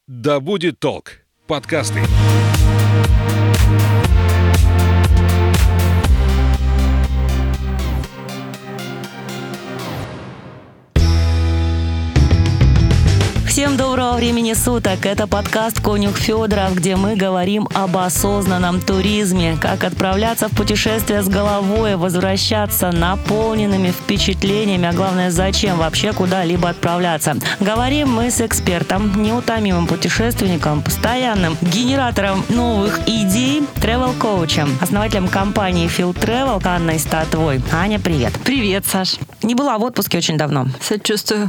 Да будет толк. Подкасты. Всем доброго времени суток! Это подкаст «Конюх Федоров», где мы говорим об осознанном туризме, как отправляться в путешествие с головой, возвращаться наполненными впечатлениями, а главное, зачем вообще куда-либо отправляться. Говорим мы с экспертом, неутомимым путешественником, постоянным генератором новых идей, тревел-коучем, основателем компании Field Travel Анной Статвой. Аня, привет! Привет, Саш. Не была в отпуске очень давно. Сочувствую.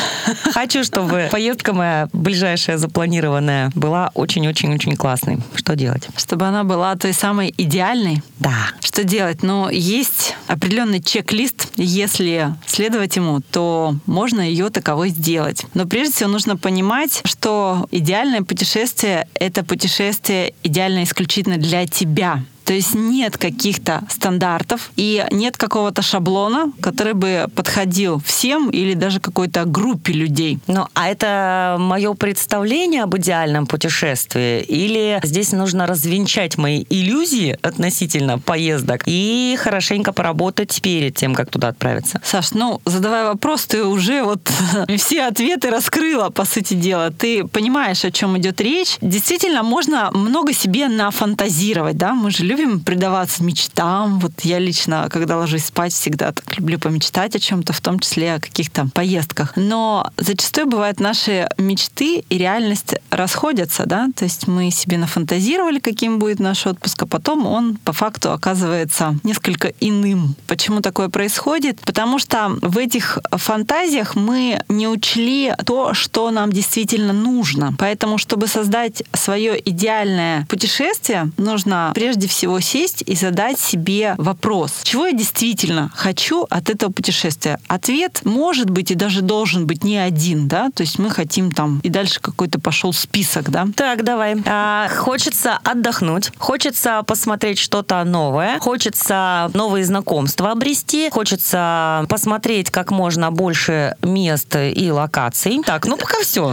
Хочу, чтобы поездка моя ближайшая запланированная была очень-очень-очень классной. Что делать? Чтобы она была той самой идеальной? Да. Что делать? Ну, есть определенный чек-лист. Если следовать ему, то можно ее таковой сделать. Но прежде всего нужно понимать, что идеальное путешествие — это путешествие идеально исключительно для тебя. То есть нет каких-то стандартов и нет какого-то шаблона, который бы подходил всем или даже какой-то группе людей. Ну, а это мое представление об идеальном путешествии? Или здесь нужно развенчать мои иллюзии относительно поездок и хорошенько поработать перед тем, как туда отправиться? Саш, задавая вопрос, ты уже все ответы раскрыла, по сути дела. Ты понимаешь, о чем идет речь. Действительно, можно много себе нафантазировать, да? Мы же любим предаваться мечтам. Вот я лично, когда ложусь спать, всегда так люблю помечтать о чем-то, в том числе о каких-то поездках. Но зачастую бывает, наши мечты и реальность расходятся, да? То есть мы себе нафантазировали, каким будет наш отпуск, а потом он по факту оказывается несколько иным. Почему такое происходит? Потому что в этих фантазиях мы не учли то, что нам действительно нужно. Поэтому, чтобы создать свое идеальное путешествие, нужно прежде всего сесть и задать себе вопрос: чего я действительно хочу от этого путешествия? Ответ может быть и даже должен быть не один, да? То есть мы хотим там, и дальше какой-то пошел список, да? Так, давай. Хочется отдохнуть, хочется посмотреть что-то новое, хочется новые знакомства обрести, хочется посмотреть как можно больше мест и локаций. Так, пока все.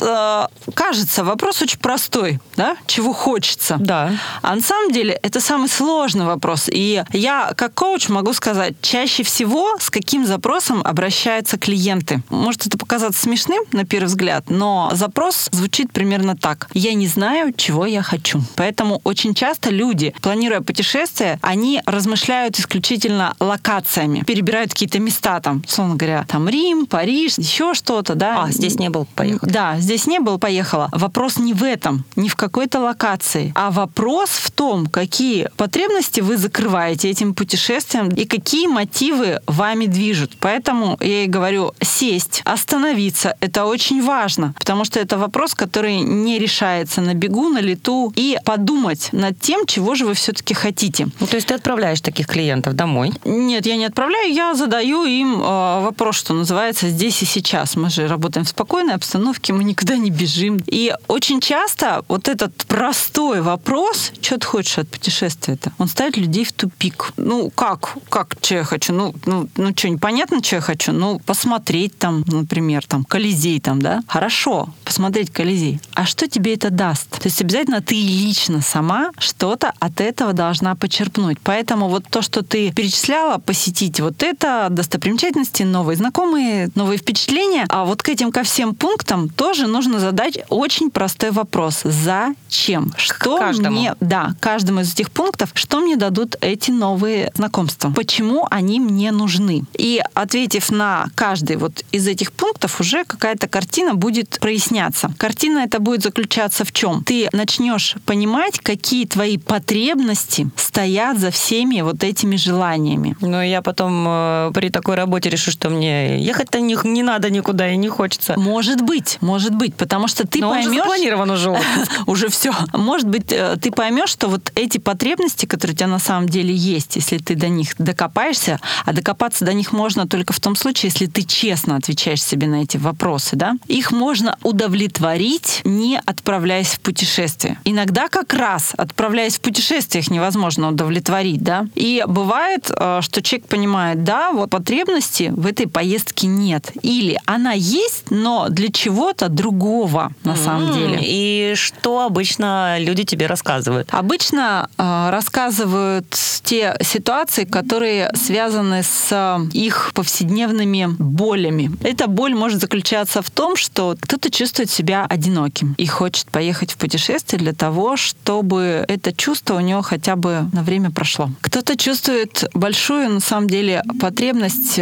Кажется, вопрос очень простой, да? Чего хочется? Да. А на самом деле это самый сложный вопрос. И я, как коуч, могу сказать, чаще всего с каким запросом обращаются клиенты. Может это показаться смешным на первый взгляд, но запрос звучит примерно так: я не знаю, чего я хочу. Поэтому очень часто люди, планируя путешествие, они размышляют исключительно локациями, перебирают какие-то места, там, условно говоря, там Рим, Париж, еще что-то, да. Здесь не был, поехал. Да, здесь не был, поехала. Вопрос не в этом, не в какой-то локации, а вопрос в том, какие потребности вы закрываете этим путешествием и какие мотивы вами движут. Поэтому я и говорю, сесть, остановиться — это очень важно, потому что это вопрос, который не решается на бегу, на лету, и подумать над тем, чего же вы все-таки хотите. То есть ты отправляешь таких клиентов домой? Нет, я не отправляю, я задаю им вопрос, что называется, здесь и сейчас. Мы же работаем в спокойной обстановке, мы никуда не бежим. И очень часто вот этот простой вопрос: что ты хочешь от путешествия-то, он ставит людей в тупик. Как, что я хочу? Что, непонятно, что я хочу? Посмотреть там, например, там, Колизей там, да? Хорошо, посмотреть Колизей. А что тебе это даст? То есть обязательно ты лично сама что-то от этого должна почерпнуть. Поэтому вот то, что ты перечисляла, посетить вот это, достопримечательности, новые знакомые, новые впечатления, а вот ко всем пунктам тоже нужно задать очень простой вопрос: зачем? Каждому из этих пунктов, что мне дадут эти новые знакомства? Почему они мне нужны? И ответив на каждый из этих пунктов, уже какая-то картина будет проясняться. Картина эта будет заключаться в чем? Ты начнешь понимать, какие твои потребности стоят за всеми этими желаниями. Я потом при такой работе решу, что мне ехать-то не надо никуда и не хочется. Может быть, потому что ты поймешь... уже запланирован уже. Уже все. Может быть, ты поймешь, что эти потребности, которые у тебя на самом деле есть, если ты до них докопаешься, а докопаться до них можно только в том случае, если ты честно отвечаешь себе на эти вопросы, да, их можно удовлетворить, не отправляясь в путешествие. Иногда как раз, отправляясь в путешествие, их невозможно удовлетворить, да. И бывает, что человек понимает, да, вот потребности в этой поездке нет. Или она есть, но для чего-то другого на самом деле. И что обычно люди тебе рассказывают? Обычно рассказывают те ситуации, которые связаны с их повседневными болями. Эта боль может заключаться в том, что кто-то чувствует себя одиноким и хочет поехать в путешествие для того, чтобы это чувство у него хотя бы на время прошло. Кто-то чувствует большую, на самом деле, потребность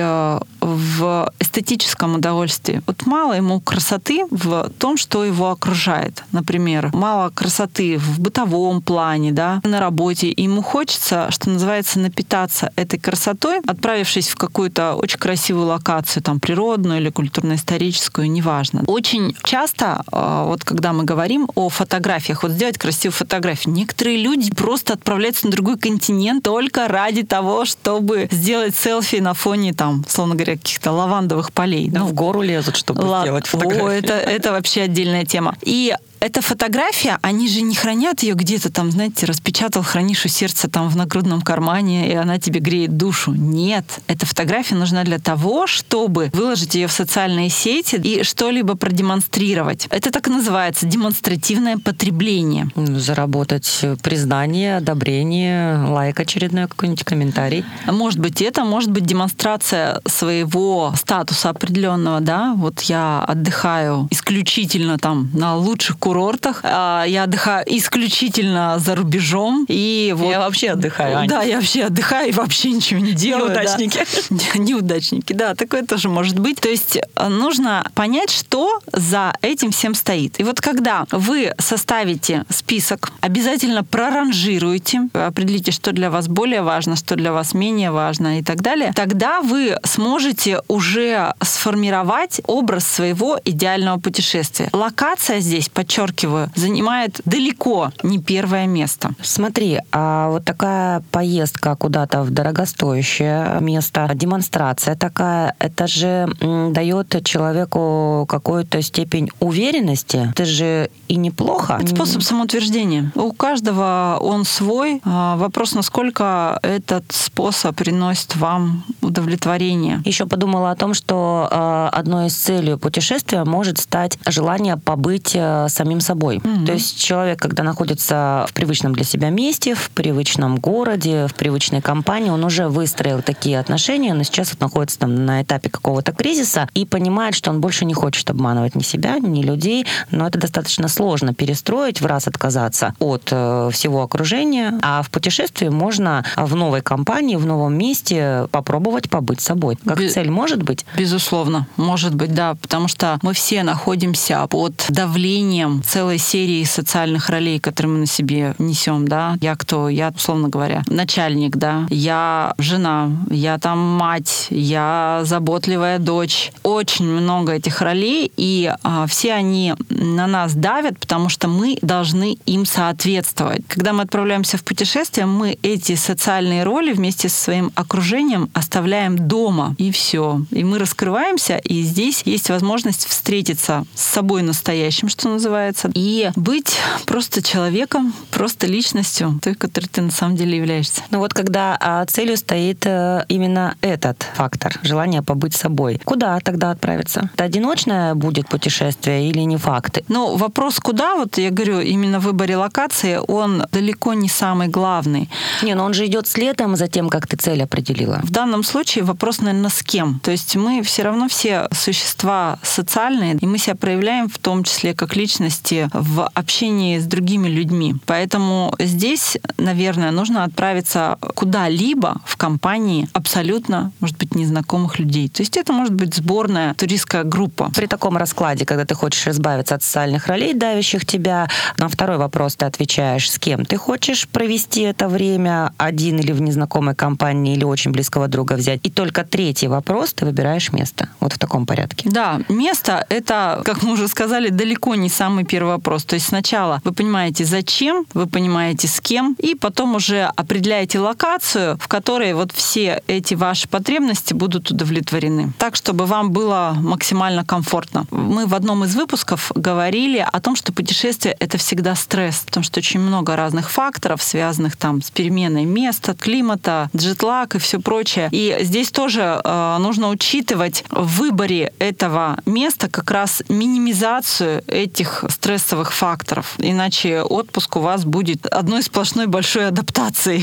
в эстетическом удовольствии. Вот мало ему красоты в том, что его окружает. Например, мало красоты в бытовом плане, да, на работе. И ему хочется, что называется, напитаться этой красотой, отправившись в какую-то очень красивую локацию, там, природную или культурно-историческую, неважно. Очень часто, вот когда мы говорим о фотографиях, вот сделать красивую фотографию, некоторые люди просто отправляются на другой континент только ради того, чтобы сделать селфи на фоне, там, словно говоря, каких-то лавандовых полей. В гору лезут, чтобы сделать фотографию. Это вообще отдельная тема. И эта фотография, они же не хранят ее где-то там, знаете, распечатал, хранишь у сердца там в нагрудном кармане, и она тебе греет душу. Нет. Эта фотография нужна для того, чтобы выложить ее в социальные сети и что-либо продемонстрировать. Это так и называется демонстративное потребление. Заработать признание, одобрение, лайк очередной, какой-нибудь комментарий. Может быть, это может быть демонстрация своего статуса определенного, да. Вот я отдыхаю исключительно там на лучших курортах, я отдыхаю исключительно за рубежом. И вот, я вообще отдыхаю, Аня. Да, я вообще отдыхаю и вообще ничего не делаю. Неудачники. Да. Неудачники, да, такое тоже может быть. То есть нужно понять, что за этим всем стоит. И вот когда вы составите список, обязательно проранжируете, определите, что для вас более важно, что для вас менее важно и так далее, тогда вы сможете уже сформировать образ своего идеального путешествия. Локация здесь, подчеркиваю, занимает далеко не первое место. Смотри, а вот такая поездка куда-то в дорогостоящее место, демонстрация такая, это же дает человеку какую-то степень уверенности. Это же и неплохо. Это способ самоутверждения. У каждого он свой. Вопрос, насколько этот способ приносит вам удовлетворение. Еще подумала о том, что одной из целей путешествия может стать желание побыть самим собой. То есть человек, когда находится в привычном для себя месте, в привычном городе, в привычной компании, он уже выстроил такие отношения, но сейчас вот находится там на этапе какого-то кризиса и понимает, что он больше не хочет обманывать ни себя, ни людей, но это достаточно сложно перестроить, в раз отказаться от всего окружения, а в путешествии можно в новой компании, в новом месте попробовать побыть собой. Как цель может быть? Безусловно, может быть, да, потому что мы все находимся под давлением целой серии социальных ролей, которые мы на себе несем, да. Я кто? Я, условно говоря, начальник, да. Я жена, я там мать, я заботливая дочь. Очень много этих ролей, и все они на нас давят, потому что мы должны им соответствовать. Когда мы отправляемся в путешествие, мы эти социальные роли вместе со своим окружением оставляем дома, и все. И мы раскрываемся, и здесь есть возможность встретиться с собой настоящим, что называется, и быть просто человеком, просто личностью, той, которой ты на самом деле являешься. Ну вот когда целью стоит именно этот фактор, желание побыть собой, куда тогда отправиться? Это одиночное будет путешествие или не факт? Ну, вопрос куда, вот я говорю, именно в выборе локации, он далеко не самый главный. Не, но он же идет следом за тем, как ты цель определила. В данном случае вопрос, наверное, с кем. То есть мы все равно все существа социальные, и мы себя проявляем в том числе как личности в общении с другими людьми. Поэтому здесь, наверное, нужно отправиться куда-либо в компании абсолютно, может быть, незнакомых людей. То есть это может быть сборная туристская группа. При таком раскладе, когда ты хочешь избавиться от социальных ролей, давящих тебя, на второй вопрос ты отвечаешь, с кем ты хочешь провести это время, один или в незнакомой компании, или очень близкого друга взять. И только третий вопрос, ты выбираешь место. Вот в таком порядке. Да, место — это, как мы уже сказали, далеко не самый первый вопрос. То есть сначала вы понимаете, зачем, вы понимаете, с кем, и потом уже определяете локацию, в которой вот все эти ваши потребности будут удовлетворены. Так, чтобы вам было максимально комфортно. Мы в одном из выпусков говорили о том, что путешествие — это всегда стресс, потому что очень много разных факторов, связанных там с переменой места, климата, джетлаг и все прочее. И здесь тоже нужно учитывать в выборе этого места как раз минимизацию этих стрессовых факторов. Иначе отпуск у вас будет одной сплошной большой адаптацией.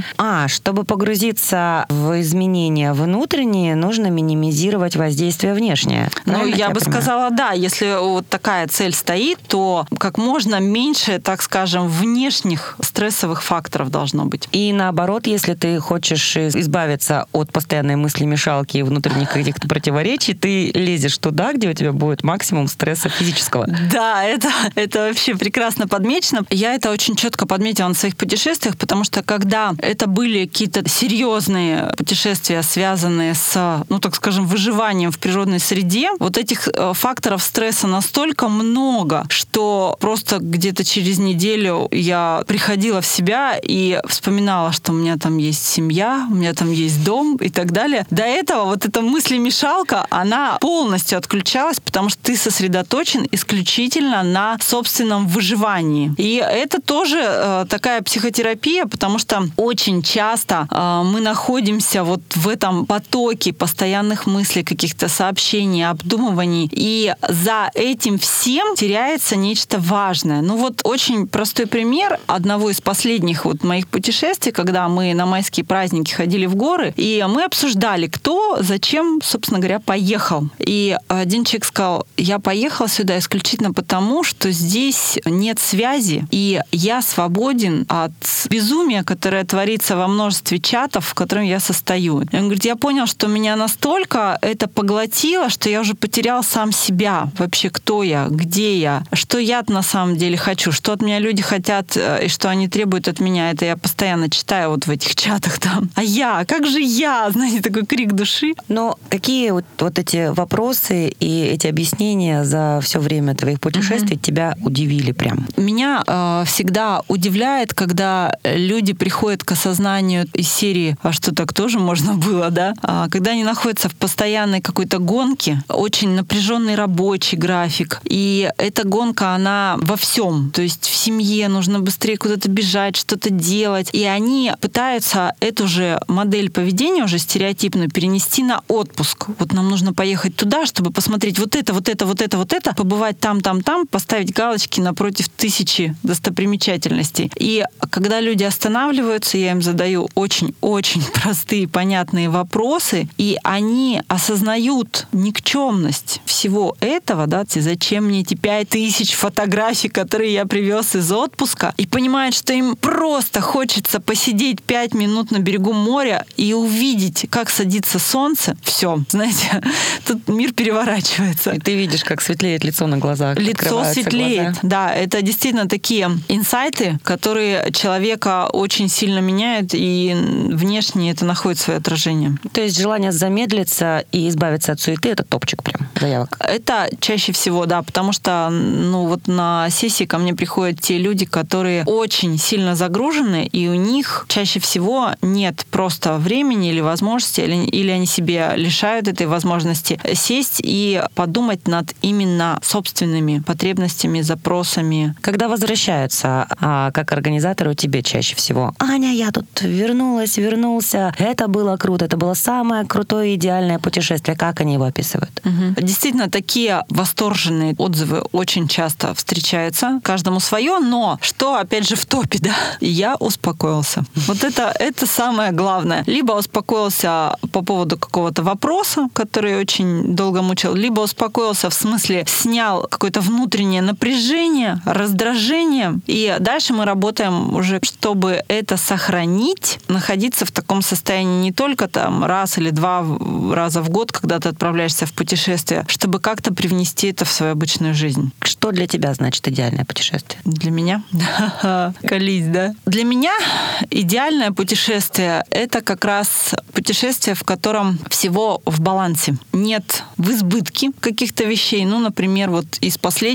Чтобы погрузиться в изменения внутренние, нужно минимизировать воздействие внешнее. Я бы сказала, да. Если вот такая цель стоит, то как можно меньше, так скажем, внешних стрессовых факторов должно быть. И наоборот, если ты хочешь избавиться от постоянной мысли-мешалки и внутренних каких-то противоречий, ты лезешь туда, где у тебя будет максимум стресса физического. Да, это вообще прекрасно подмечено. Я это очень четко подметила на своих путешествиях, потому что когда это были какие-то серьезные путешествия, связанные с, так скажем, выживанием в природной среде, вот этих факторов стресса настолько много, что просто где-то через неделю я приходила в себя и вспоминала, что у меня там есть семья, у меня там есть дом и так далее. До этого вот эта мыслемешалка, она полностью отключалась, потому что ты сосредоточен исключительно на собственном выживании. И это тоже такая психотерапия, потому что очень часто мы находимся вот в этом потоке постоянных мыслей, каких-то сообщений, обдумываний, и за этим всем теряется нечто важное. Очень простой пример одного из последних моих путешествий, когда мы на майские праздники ходили в горы, и мы обсуждали, кто, зачем, собственно говоря, поехал. И один человек сказал: я поехал сюда исключительно потому, что здесь нет связи, и я свободен от безумия, которое творится во множестве чатов, в котором я состою. И он говорит: я понял, что меня настолько это поглотило, что я уже потерял сам себя. Вообще, кто я, где я, что я на самом деле хочу, что от меня люди хотят и что они требуют от меня. Это я постоянно читаю вот в этих чатах там. Как же я? Знаете, такой крик души. Но какие вот эти вопросы и эти объяснения за все время твоих путешествий тебя удивили прям? Меня всегда удивляет, когда люди приходят к осознанию из серии «А что, так тоже можно было?», да? Когда они находятся в постоянной какой-то гонке, очень напряженный рабочий график, и эта гонка, она во всем. То есть в семье нужно быстрее куда-то бежать, что-то делать, и они пытаются эту же модель поведения уже стереотипную перенести на отпуск. Вот нам нужно поехать туда, чтобы посмотреть вот это, побывать там, поставить галочки напротив тысячи достопримечательностей. И когда люди останавливаются, я им задаю очень-очень простые, понятные вопросы, и они осознают никчемность всего этого, да, зачем мне эти 5000 фотографий, которые я привез из отпуска, и понимают, что им просто хочется посидеть 5 минут на берегу моря и увидеть, как садится солнце. Все, знаете, тут мир переворачивается. И ты видишь, как светлеет лицо на глазах. Лицо светлеет, глаза. Да, это действительно такие инсайты, которые человека очень сильно меняют, и внешне это находит свое отражение. То есть желание замедлиться и избавиться от суеты — это топчик прям заявок? Это чаще всего, да, потому что на сессии ко мне приходят те люди, которые очень сильно загружены, и у них чаще всего нет просто времени или возможности, или они себе лишают этой возможности сесть и подумать над именно собственными потребностями, запросами. Когда возвращаются, как организатору, тебе чаще всего: Аня, я тут вернулся, это было круто, это было самое крутое, идеальное путешествие. Как они его описывают? Действительно, такие восторженные отзывы очень часто встречаются. Каждому свое, но что, опять же, в топе, да? Я успокоился. Вот это самое главное. Либо успокоился по поводу какого-то вопроса, который очень долго мучил, либо успокоился в смысле снял какое-то внутреннее напряжение, раздражение, и дальше мы работаем уже, чтобы это сохранить, находиться в таком состоянии не только там раз или 2 раза в год, когда ты отправляешься в путешествие, чтобы как-то привнести это в свою обычную жизнь. Что для тебя значит идеальное путешествие? Для меня? Колись, да? Для меня идеальное путешествие — это как раз путешествие, в котором всего в балансе. Нет в избытке каких-то вещей. Например, вот из последнего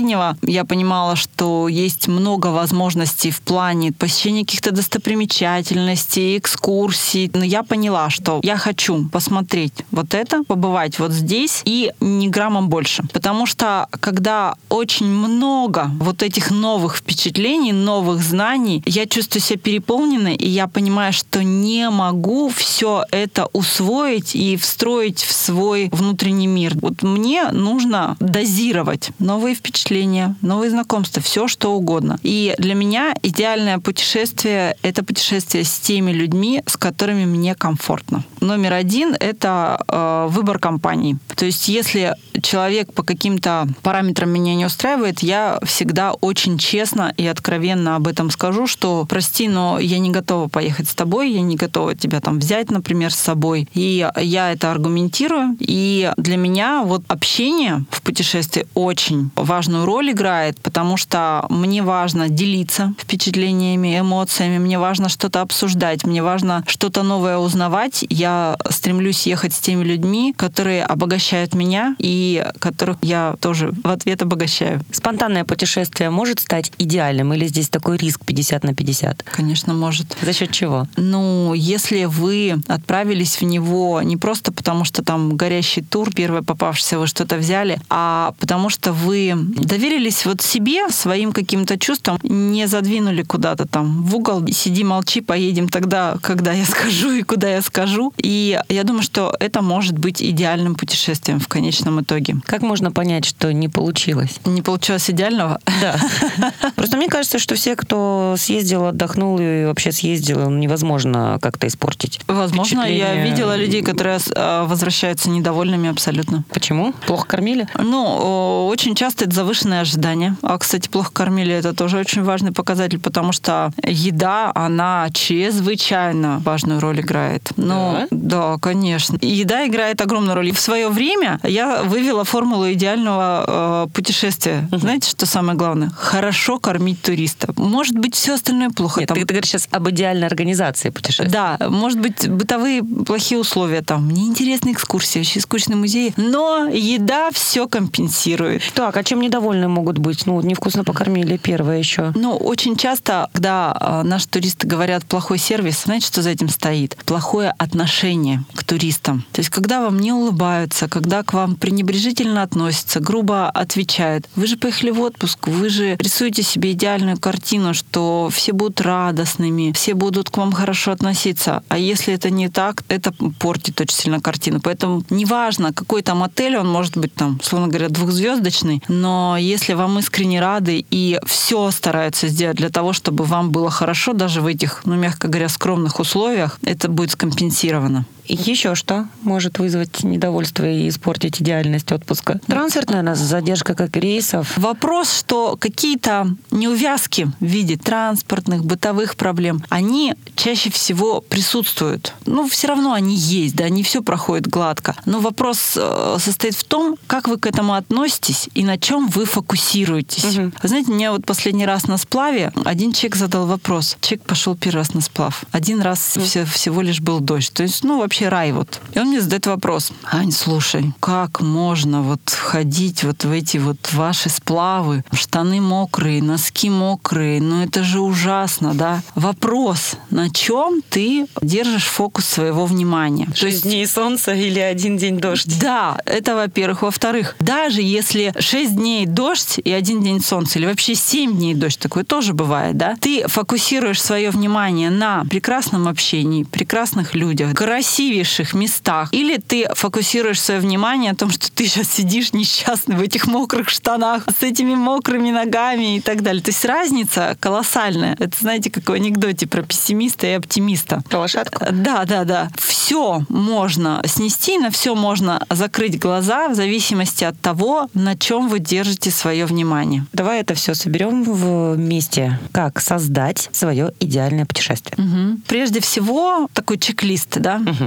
последнего я понимала, что есть много возможностей в плане посещения каких-то достопримечательностей, экскурсий. Но я поняла, что я хочу посмотреть вот это, побывать вот здесь и ни граммом больше. Потому что когда очень много вот этих новых впечатлений, новых знаний, я чувствую себя переполненной, и я понимаю, что не могу все это усвоить и встроить в свой внутренний мир. Вот мне нужно дозировать новые впечатления, новые знакомства, все что угодно. И для меня идеальное путешествие — это путешествие с теми людьми, с которыми мне комфортно. Номер один — это выбор компании. То есть если человек по каким-то параметрам меня не устраивает, я всегда очень честно и откровенно об этом скажу, что прости, но я не готова поехать с тобой, я не готова тебя там взять, например, с собой. И я это аргументирую. И для меня вот общение в путешествии очень важную роль играет, потому что мне важно делиться впечатлениями, эмоциями, мне важно что-то обсуждать, мне важно что-то новое узнавать. Я стремлюсь ехать с теми людьми, которые обогащают меня и которых я тоже в ответ обогащаю. Спонтанное путешествие может стать идеальным или здесь такой риск 50/50? Конечно, может. За счет чего? Ну, если вы отправились в него не просто потому, что там горящий тур, первое попавшееся, вы что-то взяли, а потому что вы доверились вот себе, своим каким-то чувствам, не задвинули куда-то там в угол, сиди, молчи, поедем тогда, когда я скажу и куда я скажу. И я думаю, что это может быть идеальным путешествием в конечном итоге. Как можно понять, что не получилось? Не получилось идеального? Да. Просто мне кажется, что все, кто съездил, отдохнул и вообще съездил, невозможно как-то испортить. Возможно, я видела людей, которые возвращаются недовольными абсолютно. Почему? Плохо кормили? Ну, очень часто это завышенные ожидания. А, кстати, плохо кормили — это тоже очень важный показатель, потому что еда, она чрезвычайно важную роль играет. Ну, да, конечно. И еда играет огромную роль. И в свое время я вывела формулу идеального путешествия. Знаете, что самое главное? Хорошо кормить туриста. Может быть, все остальное плохо. Нет, ты говоришь сейчас об идеальной организации путешествия. Да, может быть, бытовые плохие условия, там, неинтересные экскурсии, очень скучный музей, но еда все компенсирует. Так, а чем недовольны могут быть? Ну, невкусно покормили, первое еще. Ну, очень часто, когда наши туристы говорят плохой сервис, знаете, что за этим стоит? Плохое отношение к туристам. То есть, когда вам не улыбаются, когда к вам пренебрежительно относятся, грубо отвечают. Вы же поехали в отпуск, вы же рисуете себе идеальную картину, что все будут радостными, все будут к вам хорошо относиться. А если это не так, это портит очень сильно картину. Поэтому неважно, какой там отель, он может быть там, условно говоря, 2-звездочный, но если вам искренне рады и все стараются сделать для того, чтобы вам было хорошо, даже в этих, ну, мягко говоря, скромных условиях, это будет скомпенсировано. Еще что может вызвать недовольство и испортить идеальность отпуска? Трансфертная у нас задержка как рейсов. Вопрос, что какие-то неувязки в виде транспортных, бытовых проблем, они чаще всего присутствуют. Ну, все равно они есть, да, не все проходит гладко. Но вопрос состоит в том, как вы к этому относитесь и на чем вы фокусируетесь. Вы знаете, мне вот последний раз на сплаве один человек задал вопрос. Человек пошел первый раз на сплав. Один раз всего лишь был дождь. То есть, ну, вообще рай вот. И он мне задает вопрос. Ань, слушай, как можно вот ходить вот в эти вот ваши сплавы, штаны мокрые, носки мокрые, ну это же ужасно, да? Вопрос, на чем ты держишь фокус своего внимания? 6 дней солнца или 1 день дождь? Да, это во-первых. Во-вторых, даже если 6 дней дождь и 1 день солнца, или вообще 7 дней дождь, такое тоже бывает, да? Ты фокусируешь свое внимание на прекрасном общении, прекрасных людях, красивейших местах, или ты фокусируешь свое внимание о том, что ты сейчас сидишь несчастный в этих мокрых штанах, с этими мокрыми ногами и так далее. То есть разница колоссальная. Это, знаете, как в анекдоте про пессимиста и оптимиста. Про лошадку? Да. Все можно снести, на все можно закрыть глаза в зависимости от того, на чем вы держите свое внимание. Давай это все соберем вместе. Как создать свое идеальное путешествие? Прежде всего, такой чек-лист, да?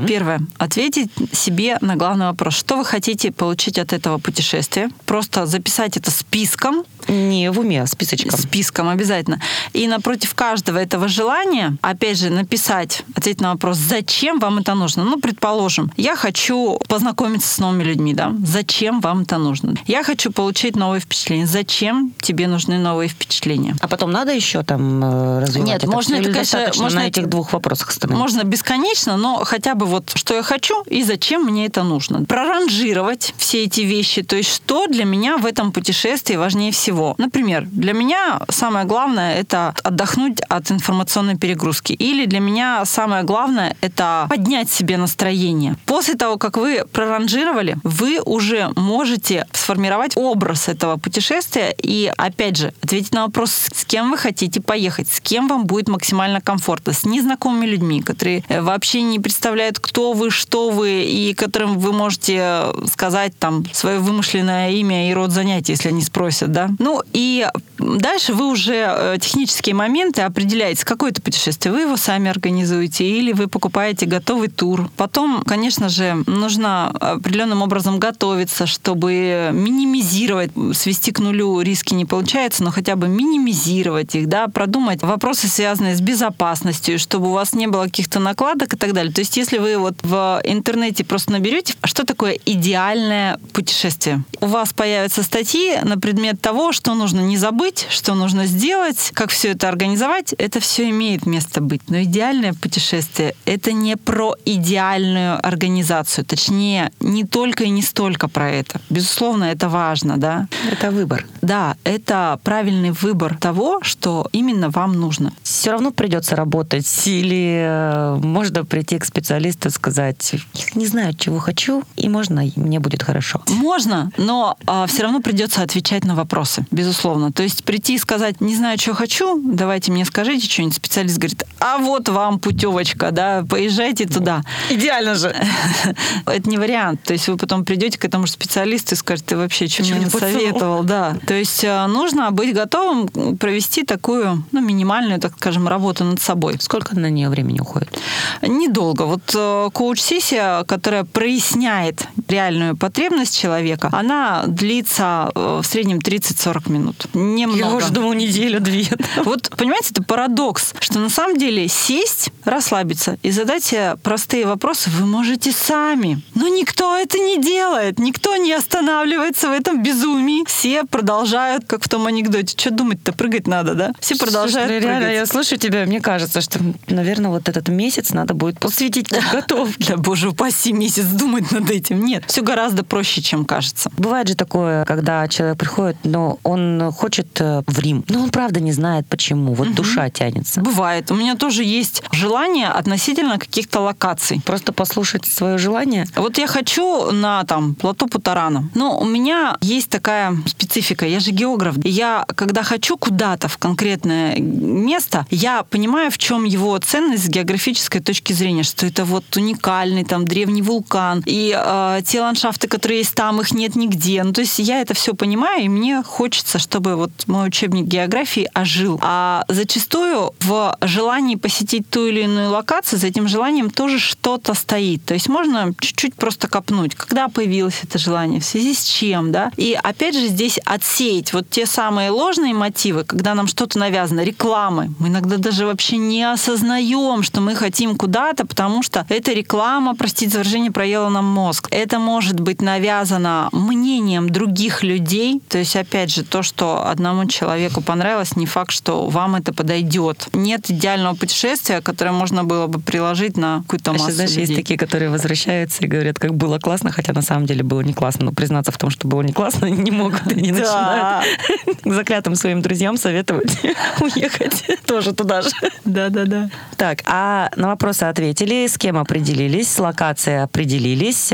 Первое. Ответить себе на главный вопрос. Что вы хотите получить от этого путешествия? Просто записать это списком. Не в уме, а списочком. Списком обязательно. И напротив каждого этого желания, опять же, написать, ответить на вопрос, зачем вам это нужно. Ну, предположим, я хочу познакомиться с новыми людьми, да? Зачем вам это нужно? Я хочу получить новые впечатления. Зачем тебе нужны новые впечатления? А потом надо еще там развивать? Нет, это можно все, это, или конечно, достаточно можно на этих двух вопросах остановиться? Можно бесконечно, но хотя бы вот что я хочу и зачем мне это нужно. Проранжировать все эти вещи, то есть что для меня в этом путешествии важнее всего. Например, для меня самое главное — это отдохнуть от информационной перегрузки. Или для меня самое главное — это поднять себе настроение. После того, как вы проранжировали, вы уже можете сформировать образ этого путешествия и, опять же, ответить на вопрос, с кем вы хотите поехать, с кем вам будет максимально комфортно, с незнакомыми людьми, которые вообще не представляют, кто вы, что вы, и которым вы можете сказать там свое вымышленное имя и род занятий, если они спросят, да? Ну и дальше вы уже технические моменты определяете, какое это путешествие. Вы его сами организуете или вы покупаете готовый тур. Потом, конечно же, нужно определенным образом готовиться, чтобы минимизировать, свести к нулю риски не получается, но хотя бы минимизировать их, да, продумать вопросы, связанные с безопасностью, чтобы у вас не было каких-то накладок и так далее. То есть если вы вот в интернете просто наберете, что такое идеальное путешествие, у вас появятся статьи на предмет того, что нужно не забыть, что нужно сделать, как все это организовать. Это все имеет место быть. Но идеальное путешествие — это не про идеальную организацию. Точнее, не только и не столько про это. Безусловно, это важно, да? Это выбор. Да, это правильный выбор того, что именно вам нужно. Все равно придется работать. Или можно прийти к специалисту и сказать, не знаю, чего хочу, и можно, и мне будет хорошо. Можно, но все равно придется отвечать на вопросы, безусловно. То есть прийти и сказать, не знаю, что хочу, давайте мне скажите что-нибудь. Специалист говорит, а вот вам путевочка, да, поезжайте туда. Идеально же. Это не вариант. То есть вы потом придете к этому специалисту и скажете, ты вообще что мне насоветовал? Да. То есть нужно быть готовым провести такую, минимальную, так скажем, работу над собой. Сколько на нее времени уходит? Недолго. Вот коуч-сессия, которая проясняет реальную потребность человека, она длится в среднем 30-40 минут. Немного. Я уже думала, неделю-две. Вот, понимаете, это парадокс, что на самом деле сесть, расслабиться и задать себе простые вопросы вы можете сами. Но никто это не делает. Никто не останавливается в этом безумии. Все продолжают, как в том анекдоте. Что думать-то? Прыгать надо, да? Все продолжают прыгать. Реально, я слушаю тебя, мне кажется, что, наверное, вот этот месяц надо будет посвятить подготовке. Да, боже упаси, месяц думать над этим. Нет, все гораздо проще, чем кажется. Бывает же такое, когда человек приходит, но он хочет в Рим, но он правда не знает почему. Вот душа тянется. Бывает. У меня тоже есть желание относительно каких-то локаций. Просто послушать свое желание. Вот я хочу на плато Путарана. Но у меня есть такая специфика. Я же географ. И я, когда хочу куда-то в конкретное место, я понимаю, в чем его ценность с географической точки зрения, что это вот уникальный древний вулкан. И те ландшафты, которые есть там, их нет нигде. Ну, то есть я это все понимаю, и мне хочется, чтобы вот мой учебник географии ожил. А зачастую в желании посетить ту или иную локацию, за этим желанием тоже что-то стоит. То есть можно чуть-чуть просто копнуть. Когда появилось это желание? В связи с чем, да? И опять же здесь отсеять вот те самые ложные мотивы, когда нам что-то навязано, рекламы. Мы иногда даже вообще не осознаем, что мы хотим куда-то, потому что эта реклама, простите за выражение, проела нам мозг. Это может быть навязано мнением других людей. То есть, опять же, то, что одному человеку понравилось, не факт, что вам это подойдет. Нет идеального путешествия, которое можно было бы приложить на какую-то массу людей. Есть такие, которые возвращаются и говорят, как было классно, хотя на самом деле было не классно. Но признаться в том, что было не классно, не могут и не начинают заклятым своим друзьям советовать уехать тоже туда же. Да. Так, а на вопросы ответили, с кем определились, с локацией определились. Что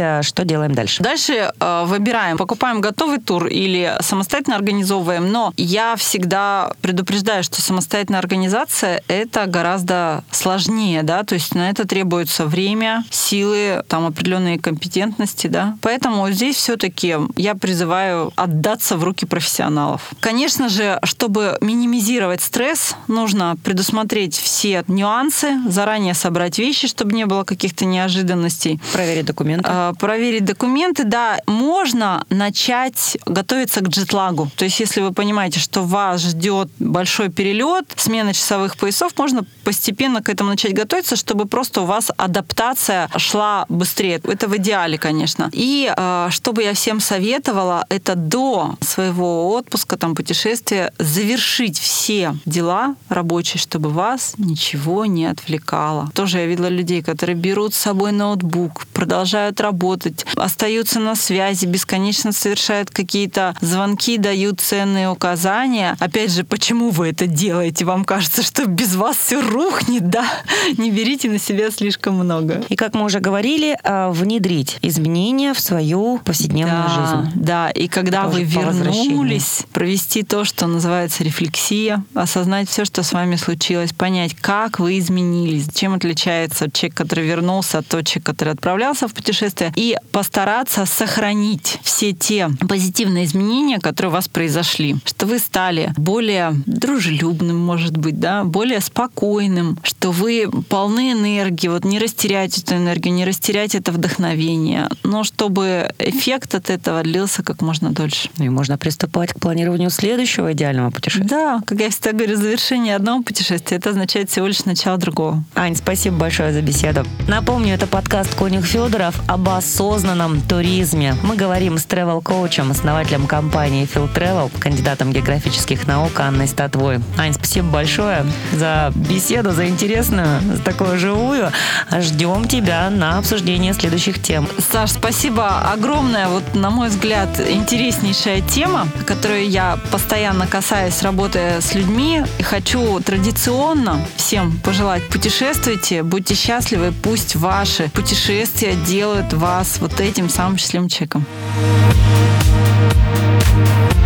делаем дальше? Дальше выбираем, покупаем готовый тур или самостоятельно организовываем. Но я всегда предупреждаю, что самостоятельная организация — это гораздо сложнее, да, то есть на это требуется время, силы, там определенные компетентности, да. Поэтому здесь все-таки я призываю отдаться в руки профессионалов. Конечно же, чтобы минимизировать стресс, нужно предусмотреть все нюансы, заранее собрать вещи, чтобы не было каких-то неожиданностей. Проверить документы. Проверить документы, да. Можно начать готовиться к джетлагу. То есть, если вы понимаете, что вас ждет большой перелет, смена часовых поясов, можно постепенно к этому начать готовиться, чтобы просто у вас адаптация шла быстрее. Это в идеале, конечно. И что бы я всем советовала, это до своего отпуска, там, путешествия, завершить все дела рабочие, чтобы вас ничего не отвлекало. Тоже я видела людей, которые берут с собой ноутбук, продолжают работать, остаются на связи, бесконечно совершают какие-то звонки, дают ценные указания. Опять же, почему вы это делаете? Вам кажется, что без вас все рухнет, да? Не берите на себя слишком много. И, как мы уже говорили, внедрить изменения в свою повседневную жизнь. Да, и когда тоже вы вернулись, провести то, что называется рефлексия, осознать все, что с вами случилось, понять, как вы изменились, чем отличается человек, который вернулся, от того человека, который отправлялся в путешествие, и постараться сохранить все те позитивные изменения, которые у вас произошли, что вы стали более дружелюбным, может быть, да, более спокойным, что вы полны энергии, вот не растерять эту энергию, не растерять это вдохновение, но чтобы эффект от этого длился как можно дольше. И можно приступать к планированию следующего идеального путешествия. Да, как я всегда говорю, завершение одного путешествия — это означает всего лишь начало другого. Ань, спасибо большое за беседу. Напомню, это подкаст «Конюх Федоров» об осознанном туризме. Мы говорим с тревел-коучем, основателем компании Field Travel, кандидатом географических наук Анной Статвой. Ань, спасибо большое за беседу, за интересную, за такую живую. Ждем тебя на обсуждение следующих тем. Саш, спасибо огромное. Вот, на мой взгляд, интереснейшая тема, которую я постоянно касаюсь, работая с людьми. И хочу традиционно всем пожелать: путешествуйте, будьте счастливы, пусть ваши путешествия делают вас вот этим самым счастливым человеком.